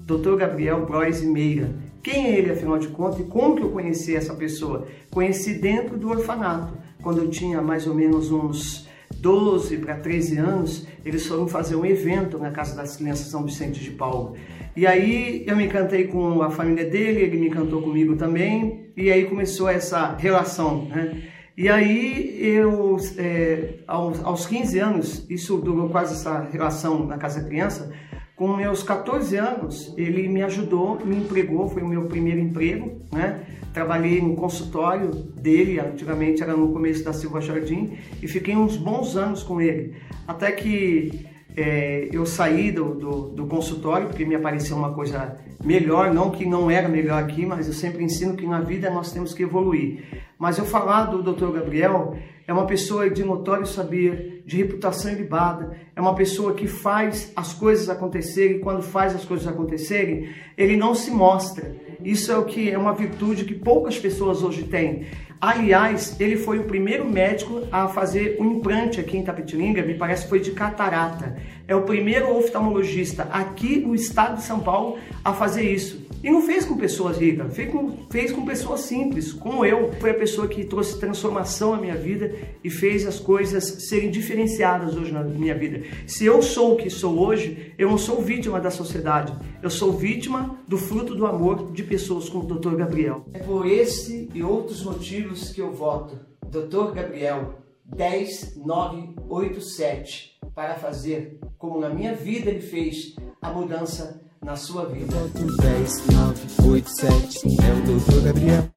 Dr. Gabriel Brois Meira. Quem é ele, afinal de contas, e como que eu conheci essa pessoa? Conheci dentro do orfanato, quando eu tinha mais ou menos uns 12 para 13 anos, eles foram fazer um evento na Casa das Crianças São Vicente de Paulo. E aí eu me encantei com a família dele, ele me encantou comigo também, e aí começou essa relação, né? E aí eu, aos 15 anos, isso durou quase essa relação na Casa da Criança. Com meus 14 anos, ele me ajudou, me empregou, foi o meu primeiro emprego, né? Trabalhei no consultório dele, antigamente era no começo da Silva Jardim, e fiquei uns bons anos com ele. Até que eu saí do consultório, porque me apareceu uma coisa melhor, não que não era melhor aqui, mas eu sempre ensino que na vida nós temos que evoluir. Mas eu falar do Dr. Gabriel, é uma pessoa de notório saber, de reputação ilibada, é uma pessoa que faz as coisas acontecerem, e quando faz as coisas acontecerem, ele não se mostra. Isso é o que é uma virtude que poucas pessoas hoje têm. Aliás, ele foi o primeiro médico a fazer um implante aqui em Itapetininga, me parece que foi de catarata. É o primeiro oftalmologista aqui no estado de São Paulo a fazer isso. E não fez com pessoas ricas, fez com pessoas simples, como eu. Foi a pessoa que trouxe transformação à minha vida e fez as coisas serem diferenciadas hoje na minha vida. Se eu sou o que sou hoje, eu não sou vítima da sociedade. Eu sou vítima do fruto do amor de pessoas como o Dr. Gabriel. É por esse e outros motivos que eu voto Dr. Gabriel 10987 para fazer, como na minha vida ele fez, a mudança na sua vida. Voto 10987 é o Dr. Gabriel.